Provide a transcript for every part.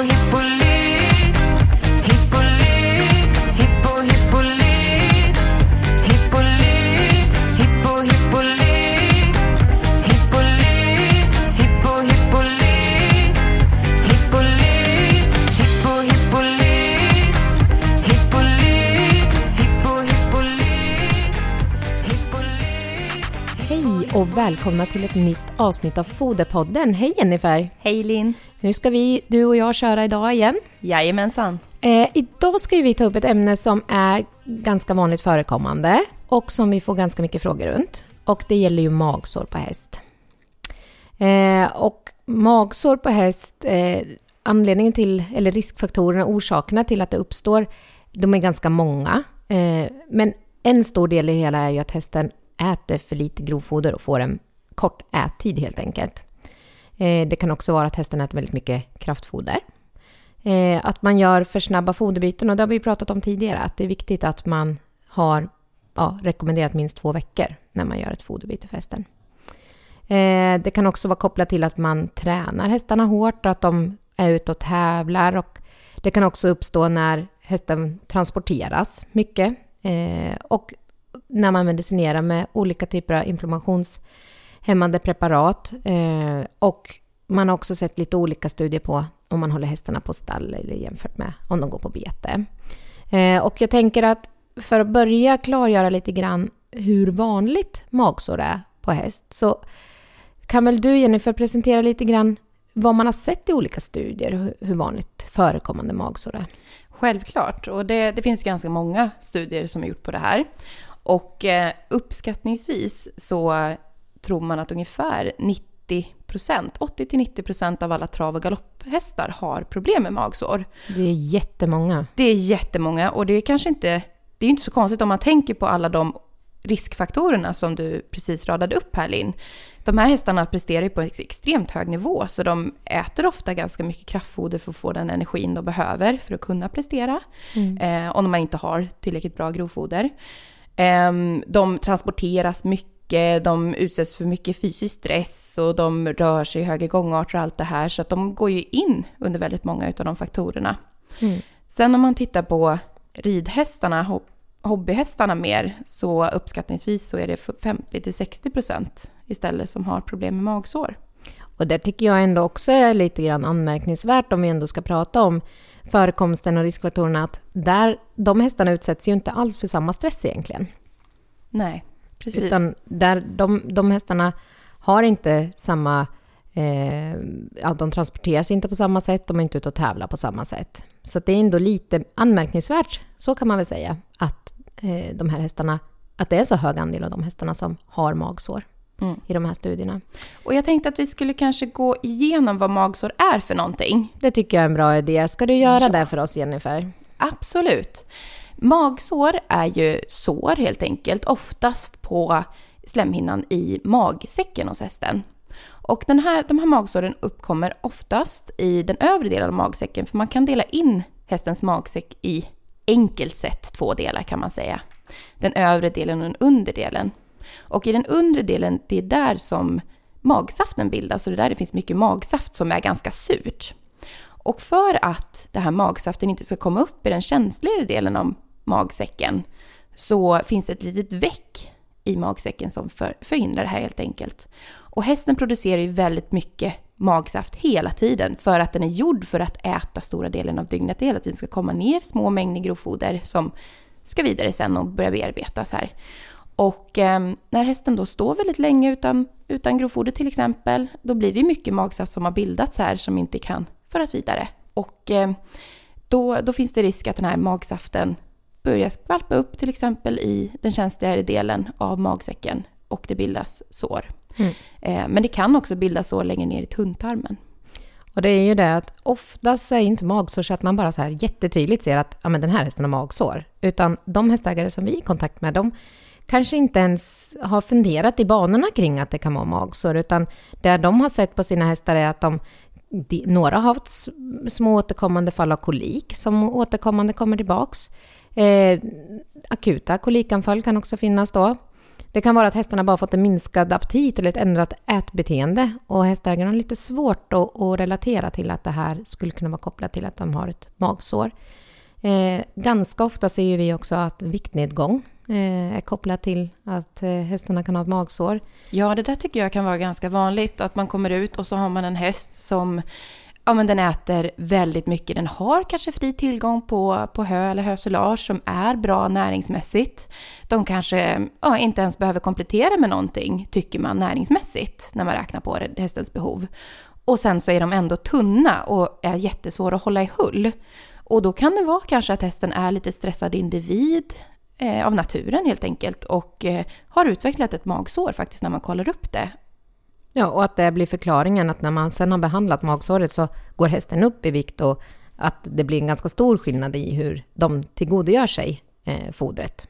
hippolyt, hippolyt, hippo, hippolyt, hippolyt, hippo, hippolyt, hippolyt, hippo, hippolyt, hippolyt, hippo, hippolyt, hippolyt, hippo, hippolyt, hippolyt. Hej och välkomna till ett nytt avsnitt av Foderpodden. Hej Jennifer! Hej Linn! Nu ska du och jag köra idag igen. Jajamensan! Idag ska vi ta upp ett ämne som är ganska vanligt förekommande och som vi får ganska mycket frågor runt. Och det gäller ju magsår på häst. Och magsår på häst, anledningen till, eller riskfaktorerna, orsakerna till att det uppstår, de är ganska många. Men en stor del i det hela är ju att hästen äter för lite grovfoder och får en kort ättid helt enkelt. Det kan också vara att hästen äter väldigt mycket kraftfoder. Att man gör för snabba foderbyten, och det har vi pratat om tidigare, att det är viktigt att man har rekommenderat minst 2 veckor när man gör ett foderbyte för hästen. Det kan också vara kopplat till att man tränar hästarna hårt och att de är ute och tävlar, och det kan också uppstå när hästen transporteras mycket och när man medicinerar med olika typer av inflammationshämmande preparat. Och man har också sett lite olika studier på om man håller hästarna på stall eller jämfört med om de går på bete. Och jag tänker att för att börja klargöra lite grann hur vanligt magsår är på häst, så kan väl du, Jennifer, presentera lite grann vad man har sett i olika studier, hur vanligt förekommande magsår är. Självklart, och det finns ganska många studier som är gjort på det här. Och uppskattningsvis så tror man att ungefär 80-90% av alla trav- och galopphästar har problem med magsår. Det är jättemånga. Det är jättemånga, och det är kanske inte, det är inte så konstigt om man tänker på alla de riskfaktorerna som du precis radade upp här, Linn. De här hästarna presterar ju på en extremt hög nivå, så de äter ofta ganska mycket kraftfoder för att få den energin de behöver för att kunna prestera. Om man inte har tillräckligt bra grovfoder. De transporteras mycket, de utsätts för mycket fysisk stress och de rör sig i högre gångarter och allt det här, så att de går ju in under väldigt många av de faktorerna. Sen om man tittar på ridhästarna, hobbyhästarna mer, så uppskattningsvis så är det 50-60% istället som har problem med magsår. Och det tycker jag ändå också är lite grann anmärkningsvärt om vi ändå ska prata om förekomsten och riskfaktorerna, att de hästarna utsätts ju inte alls för samma stress egentligen. Nej, precis. Utan där de hästarna har inte samma, de transporteras inte på samma sätt, de är inte ute och tävlar på samma sätt. Så det är ändå lite anmärkningsvärt, så kan man väl säga, att de här hästarna, att det är så hög andel av de hästarna som har magsår i de här studierna. Och jag tänkte att vi skulle kanske gå igenom vad magsår är för någonting. Det tycker jag är en bra idé. Ska du göra det för oss, Jennifer? Absolut. Magsår är ju sår helt enkelt, oftast på slemhinnan i magsäcken hos hästen. Och de här magsåren uppkommer oftast i den övre delen av magsäcken, för man kan dela in hästens magsäck i enkelt sett 2 delar kan man säga. Den övre delen och den undre delen. Och i den undre delen, det är där som magsaften bildas, och det är där det finns mycket magsaft som är ganska surt. Och för att det här magsaften inte ska komma upp i den känsligare delen av magsäcken, så finns det ett litet väck i magsäcken som förhindrar det här helt enkelt. Och hästen producerar ju väldigt mycket magsaft hela tiden, för att den är gjord för att äta stora delen av dygnet. Det hela tiden ska komma ner små mängder grovfoder som ska vidare sen och börja bearbetas här. Och när hästen då står väldigt länge utan grovfoder till exempel, då blir det mycket magsaft som har bildats här som inte kan föras vidare. Och då finns det risk att den här magsaften börjar skvalpa upp till exempel i den känsligare delen av magsäcken, och det bildas sår. Men det kan också bildas sår längre ner i tunntarmen. Och det är ju det att oftast är inte magsår så att man bara så här jättetydligt ser att men den här hästen har magsår. Utan de hästägare som vi är i kontakt med, de kanske inte ens har funderat i banorna kring att det kan vara magsår. Utan det de har sett på sina hästar är att några har haft små återkommande fall av kolik som återkommande kommer tillbaks. Akuta kolikanfall kan också finnas då. Det kan vara att hästarna bara fått en minskad aptit eller ett ändrat ätbeteende. Och hästägarna har lite svårt att relatera till att det här skulle kunna vara kopplat till att de har ett magsår. Ganska ofta ser vi också att viktnedgång är kopplat till att hästarna kan ha ett magsår. Ja, det där tycker jag kan vara ganska vanligt. Att man kommer ut och så har man en häst som men den äter väldigt mycket. Den har kanske fri tillgång på hö eller hösilage som är bra näringsmässigt. De kanske inte ens behöver komplettera med någonting, tycker man, näringsmässigt när man räknar på hästens behov. Och sen så är de ändå tunna och är jättesvåra att hålla i hull. Och då kan det vara kanske att hästen är lite stressad individ av naturen helt enkelt och har utvecklat ett magsår faktiskt när man kollar upp det. Ja, och att det blir förklaringen att när man sen har behandlat magsåret så går hästen upp i vikt och att det blir en ganska stor skillnad i hur de tillgodogör sig fodret.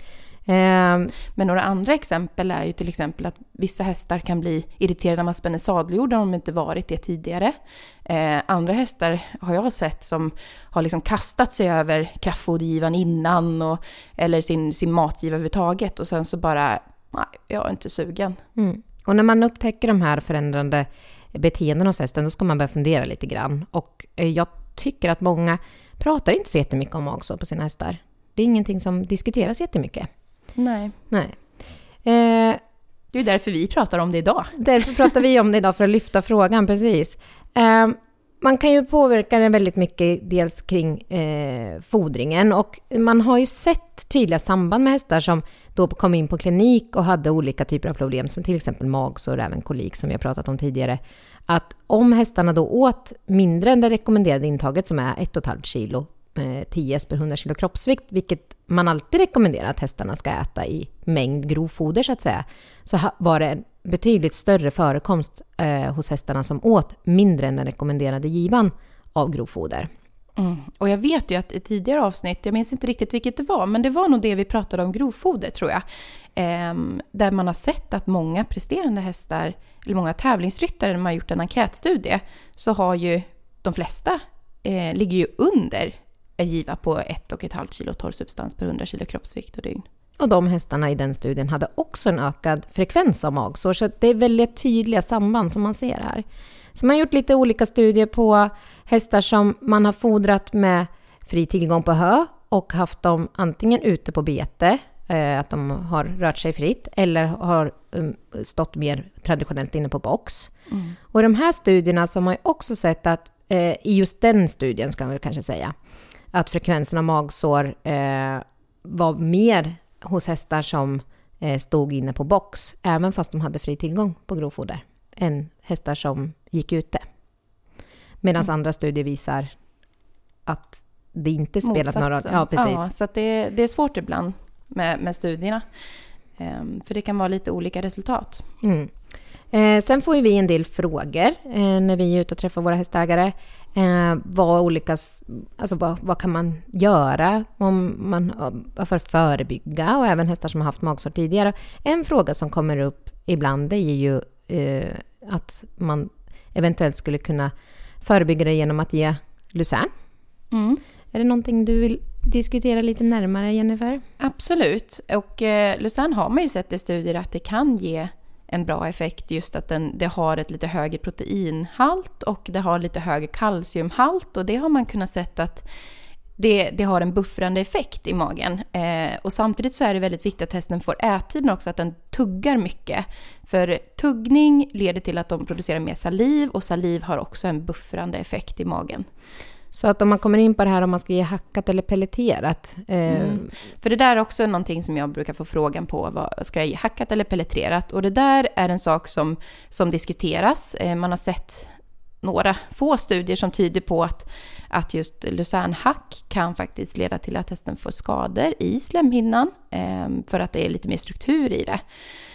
Men några andra exempel är ju till exempel att vissa hästar kan bli irriterade när man spänner sadeljord om de inte varit det tidigare. Andra hästar har jag sett som har liksom kastat sig över kraftfodergivaren innan eller sin matgivare överhuvudtaget och sen så bara, nej, jag är inte sugen. Mm. Och när man upptäcker de här förändrande beteenden hos hästen, då ska man börja fundera lite grann. Och jag tycker att många pratar inte så jättemycket om magsår på sina hästar. Det är ingenting som diskuteras jättemycket. Nej. Det är ju därför vi pratar om det idag. Därför pratar vi om det idag för att lyfta frågan, precis. Man kan ju påverka det väldigt mycket dels kring fodringen och man har ju sett tydliga samband med hästar som då kom in på klinik och hade olika typer av problem som till exempel magsår och även kolik som vi har pratat om tidigare. Att om hästarna då åt mindre än det rekommenderade intaget som är 1,5 kilo 10 per 100 kilo kroppsvikt, vilket man alltid rekommenderar att hästarna ska äta i mängd grovfoder så att säga, så var det en betydligt större förekomst hos hästarna som åt mindre än den rekommenderade givan av grovfoder. Och jag vet ju att i tidigare avsnitt, jag minns inte riktigt vilket det var, men det var nog det vi pratade om grovfoder tror jag. Där man har sett att många presterande hästar, eller många tävlingsryttare, när man har gjort en enkätstudie, så har ju de flesta ligger ju under en giva på 1,5 kilo torrsubstans per 100 kilo kroppsvikt och dygn. Och de hästarna i den studien hade också en ökad frekvens av magsår, så det är väldigt tydliga samband som man ser här. Så man har gjort lite olika studier på hästar som man har fodrat med fri tillgång på hö och haft dem antingen ute på bete, att de har rört sig fritt, eller har stått mer traditionellt inne på box. Och i de här studierna så har man ju också sett att i just den studien ska man väl kanske säga att frekvensen av magsår var mer hos hästar som stod inne på box, även fast de hade fri tillgång på grovfoder, än hästar som gick ute. Medan andra studier visar att det inte spelat någon roll. Ja, precis. Ja, så att det är svårt ibland med studierna. För det kan vara lite olika resultat. Sen får ju vi en del frågor när vi är ute och träffar våra hästägare. Vad kan man göra för att förebygga, och även hästar som har haft magsår tidigare. En fråga som kommer upp ibland är ju att man eventuellt skulle kunna förebygga det genom att ge Luzern. Är det någonting du vill diskutera lite närmare, Jennifer? Absolut, och Luzern har man ju sett i studier att det kan ge en bra effekt, just att det har ett lite högre proteinhalt och det har lite högre kalciumhalt, och det har man kunnat sett att det har en buffrande effekt i magen. Och samtidigt så är det väldigt viktigt att hästen får ättiden också, att den tuggar mycket. För tuggning leder till att de producerar mer saliv, och saliv har också en buffrande effekt i magen. Så att om man kommer in på det här om man ska ge hackat eller pelletterat. För det där är också någonting som jag brukar få frågan på. Ska jag ge hackat eller pelletterat? Och det där är en sak som diskuteras. Man har sett några få studier som tyder på att just Luzernhack kan faktiskt leda till att hästen får skador i slemhinnan. För att det är lite mer struktur i det.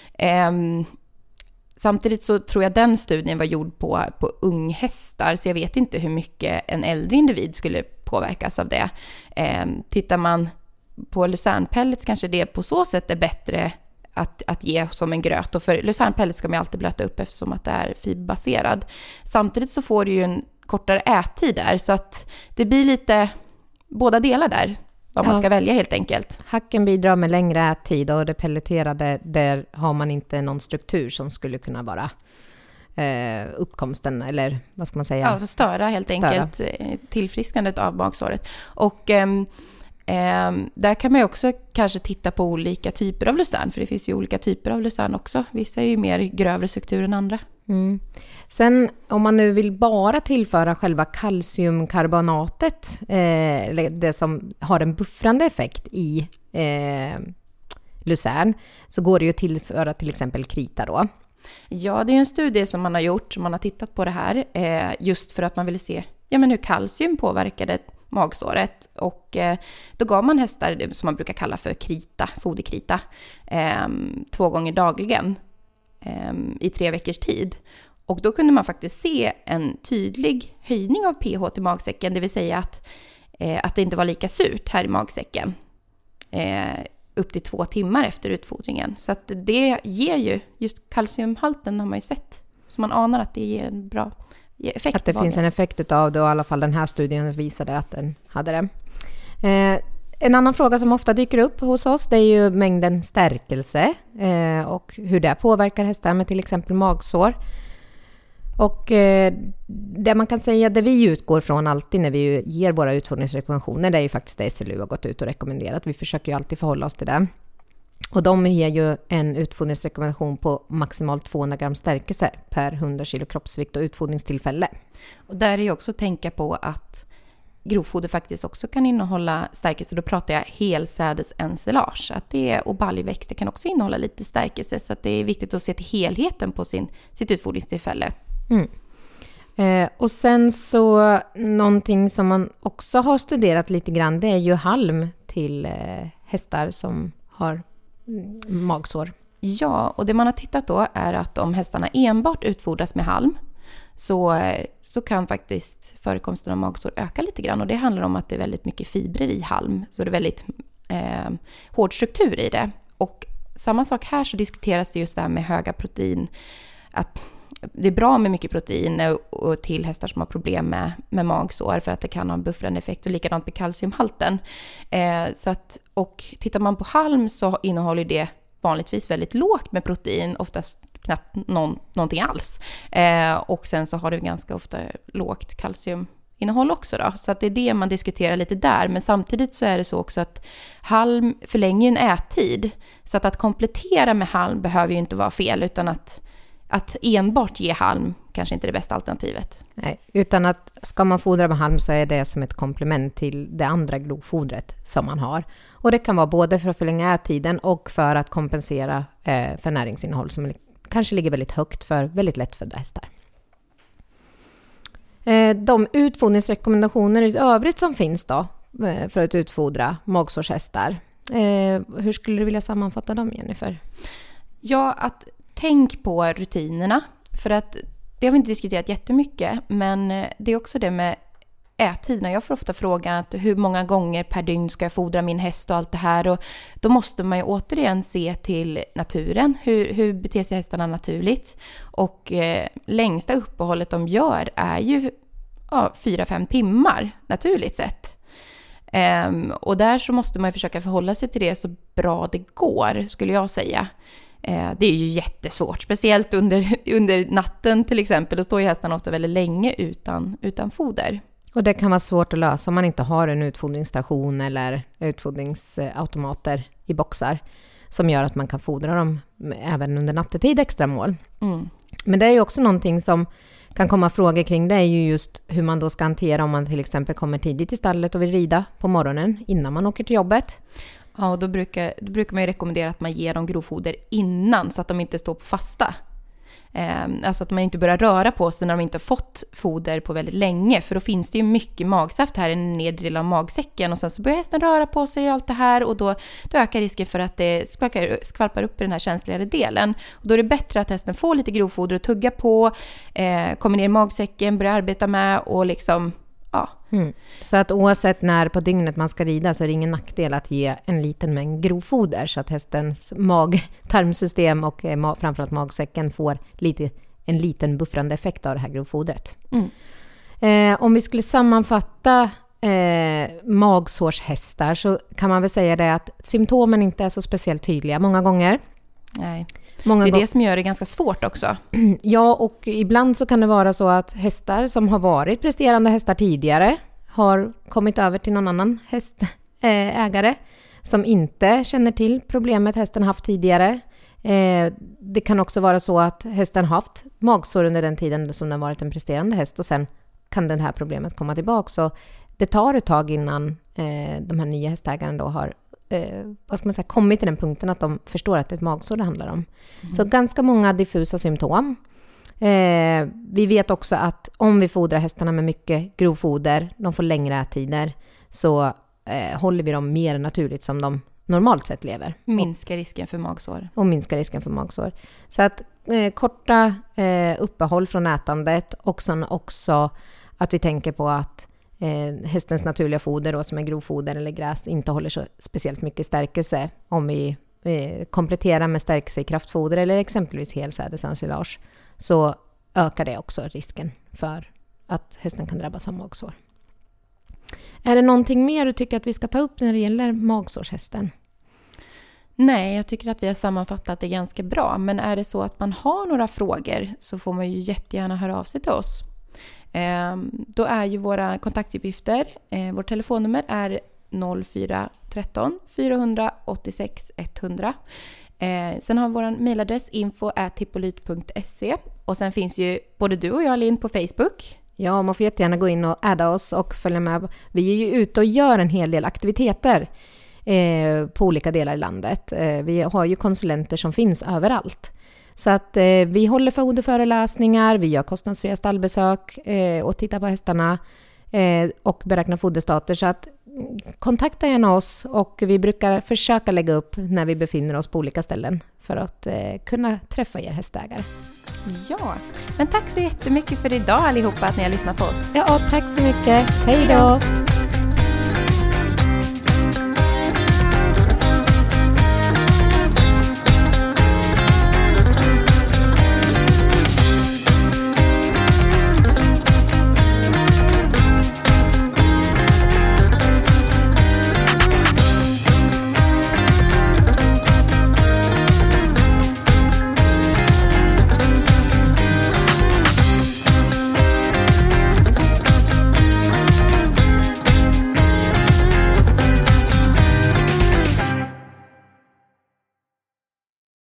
Samtidigt så tror jag den studien var gjord på unghästar, så jag vet inte hur mycket en äldre individ skulle påverkas av det. Tittar man på Luzernpellets kanske det på så sätt är bättre att ge som en gröt. Och för Luzernpellets ska man alltid blöta upp eftersom att det är fiberbaserad. Samtidigt så får du ju en kortare ättid där, så att det blir lite båda delar där. vad man ska välja helt enkelt. Hacken bidrar med längre ättid och det pelleterade, där har man inte någon struktur som skulle kunna vara uppkomsten, eller vad ska man säga? Ja, störa helt enkelt tillfrisknandet av magsåret. Och där kan man ju också kanske titta på olika typer av Lucern, för det finns ju olika typer av Lucern också. Vissa är ju mer grövre struktur än andra. Mm. Sen om man nu vill bara tillföra själva kalciumkarbonatet, det som har en buffrande effekt i Lucern, så går det ju att tillföra till exempel krita då. Ja, det är en studie som man har gjort, som man har tittat på det här, just för att man ville se hur kalcium påverkade magsåret. Och då gav man hästar det som man brukar kalla för krita, foderkrita, 2 gånger dagligen i 3 veckors tid. Och då kunde man faktiskt se en tydlig höjning av pH till magsäcken, det vill säga att det inte var lika surt här i magsäcken upp till 2 timmar efter utfodringen. Så att det ger ju, just kalciumhalten har man ju sett, så man anar att det ger en bra effekt. Att det finns en effekt utav det, och i alla fall den här studien visade att den hade det. En annan fråga som ofta dyker upp hos oss, det är ju mängden stärkelse och hur det påverkar hästar med till exempel magsår. Och det man kan säga, det vi utgår från alltid när vi ger våra utfodringsrekommendationer, det är ju faktiskt det SLU har gått ut och rekommenderat. Vi försöker ju alltid förhålla oss till det. Och de ger ju en utfodringsrekommendation på maximalt 200 gram stärkelse per 100 kilo kroppsvikt och utfodringstillfälle. Och där är ju också att tänka på att grovfoder faktiskt också kan innehålla stärkelse. Då pratar jag helsädesensilage. Att det och baljväxter kan också innehålla lite stärkelse. Så att det är viktigt att se till helheten på sitt utfodringstillfälle. Och sen så någonting som man också har studerat lite grann, det är ju halm till hästar som har magsår. Ja, och det man har tittat då är att om hästarna enbart utfodras med halm så kan faktiskt förekomsten av magsår öka lite grann. Och det handlar om att det är väldigt mycket fibrer i halm, så det är väldigt hård struktur i det. Och samma sak här, så diskuteras det just det här med höga protein, att det är bra med mycket protein och till hästar som har problem med magsår, för att det kan ha en buffrande effekt, och likadant med kalciumhalten. Och tittar man på halm så innehåller det vanligtvis väldigt lågt med protein, oftast knappt någonting alls. Och sen så har det ganska ofta lågt kalciuminnehåll också då. Så att det är det man diskuterar lite där. Men samtidigt så är det så också att halm förlänger en ättid. Så att komplettera med halm behöver ju inte vara fel, utan att enbart ge halm kanske inte är det bästa alternativet. Nej, utan att ska man fodra med halm så är det som ett komplement till det andra grovfodret som man har. Och det kan vara både för att förlänga ättiden och för att kompensera för näringsinnehåll som kanske ligger väldigt högt för väldigt lättfödda hästar. De utfodringsrekommendationer i övrigt som finns då för att utfodra magsårshästar. Hur skulle du vilja sammanfatta dem, Jennifer? Ja, att tänk på rutinerna, för att det har vi inte diskuterat jättemycket, men det är också det med ättiderna. Jag får ofta frågan att hur många gånger per dygn ska jag fodra min häst och allt det här, och då måste man ju återigen se till naturen. Hur beter sig hästarna naturligt? Och längsta uppehållet de gör är ju 4-5 timmar naturligt sett. Och där så måste man ju försöka förhålla sig till det så bra det går, skulle jag säga. Det är ju jättesvårt, speciellt under natten till exempel. Då står ju hästarna ofta väldigt länge utan foder. Och det kan vara svårt att lösa om man inte har en utfodringsstation eller utfodringsautomater i boxar som gör att man kan fodra dem även under nattetid extra mål. Men det är ju också någonting som kan komma frågor kring, det är ju just hur man då ska hantera om man till exempel kommer tidigt till stallet och vill rida på morgonen innan man åker till jobbet. Ja, och då brukar man ju rekommendera att man ger dem grovfoder innan, så att de inte står på fasta. Alltså att man inte börjar röra på sig när de inte har fått foder på väldigt länge, för då finns det ju mycket magsaft här i den nedre delen av magsäcken, och sen så börjar hästen röra på sig och allt det här, och då ökar risken för att det skvalpar upp i den här känsligare delen. Och då är det bättre att hästen får lite grovfoder att tugga på, kommer ner i magsäcken, börjar arbeta med och liksom, ja. Så att oavsett när på dygnet man ska rida så är det ingen nackdel att ge en liten mängd grovfoder, så att hästens mag-tarmsystem och framförallt magsäcken får en liten buffrande effekt av det här grovfodret. Om vi skulle sammanfatta magsårshästar så kan man väl säga det att symptomen inte är så speciellt tydliga många gånger. Nej. Det är det som gör det ganska svårt också. Ja, och ibland så kan det vara så att hästar som har varit presterande hästar tidigare har kommit över till någon annan hästägare som inte känner till problemet hästen haft tidigare. Det kan också vara så att hästen haft magsår under den tiden som den varit en presterande häst och sen kan det här problemet komma tillbaka. Så det tar ett tag innan de här nya hästägarna då har kommit till den punkten att de förstår att det är ett magsår det handlar om. Så ganska många diffusa symptom. Vi vet också att om vi fodrar hästarna med mycket grovfoder, de får längre ättider, så håller vi dem mer naturligt som de normalt sett lever. Minskar risken för magsår. Och minskar risken för magsår. Så att korta uppehåll från ätandet och sen också att vi tänker på att hästens naturliga foder då, som är grovfoder eller gräs inte håller så speciellt mycket stärkelse. Om vi kompletterar med stärkelse i kraftfoder eller exempelvis helsädesensilage så ökar det också risken för att hästen kan drabbas av magsår. Är det någonting mer du tycker att vi ska ta upp när det gäller magsårshästen? Nej, jag tycker att vi har sammanfattat det ganska bra. Men är det så att man har några frågor så får man ju jättegärna höra av sig till oss. Då är ju våra kontaktuppgifter, vårt telefonnummer är 0413 486 100. Sen har vi vår mejladress info@hippolyt.se och sen finns ju både du och jag, Linn, på Facebook. Ja, man får jättegärna gå in och adda oss och följa med. Vi är ju ute och gör en hel del aktiviteter på olika delar i landet. Vi har ju konsulenter som finns överallt. Så att vi håller foderföreläsningar, vi gör kostnadsfria stallbesök och tittar på hästarna och beräknar foderstater. Så att kontakta gärna oss och vi brukar försöka lägga upp när vi befinner oss på olika ställen för att kunna träffa er hästägare. Ja, men tack så jättemycket för idag allihopa att ni har lyssnat på oss. Ja, tack så mycket. Hej då!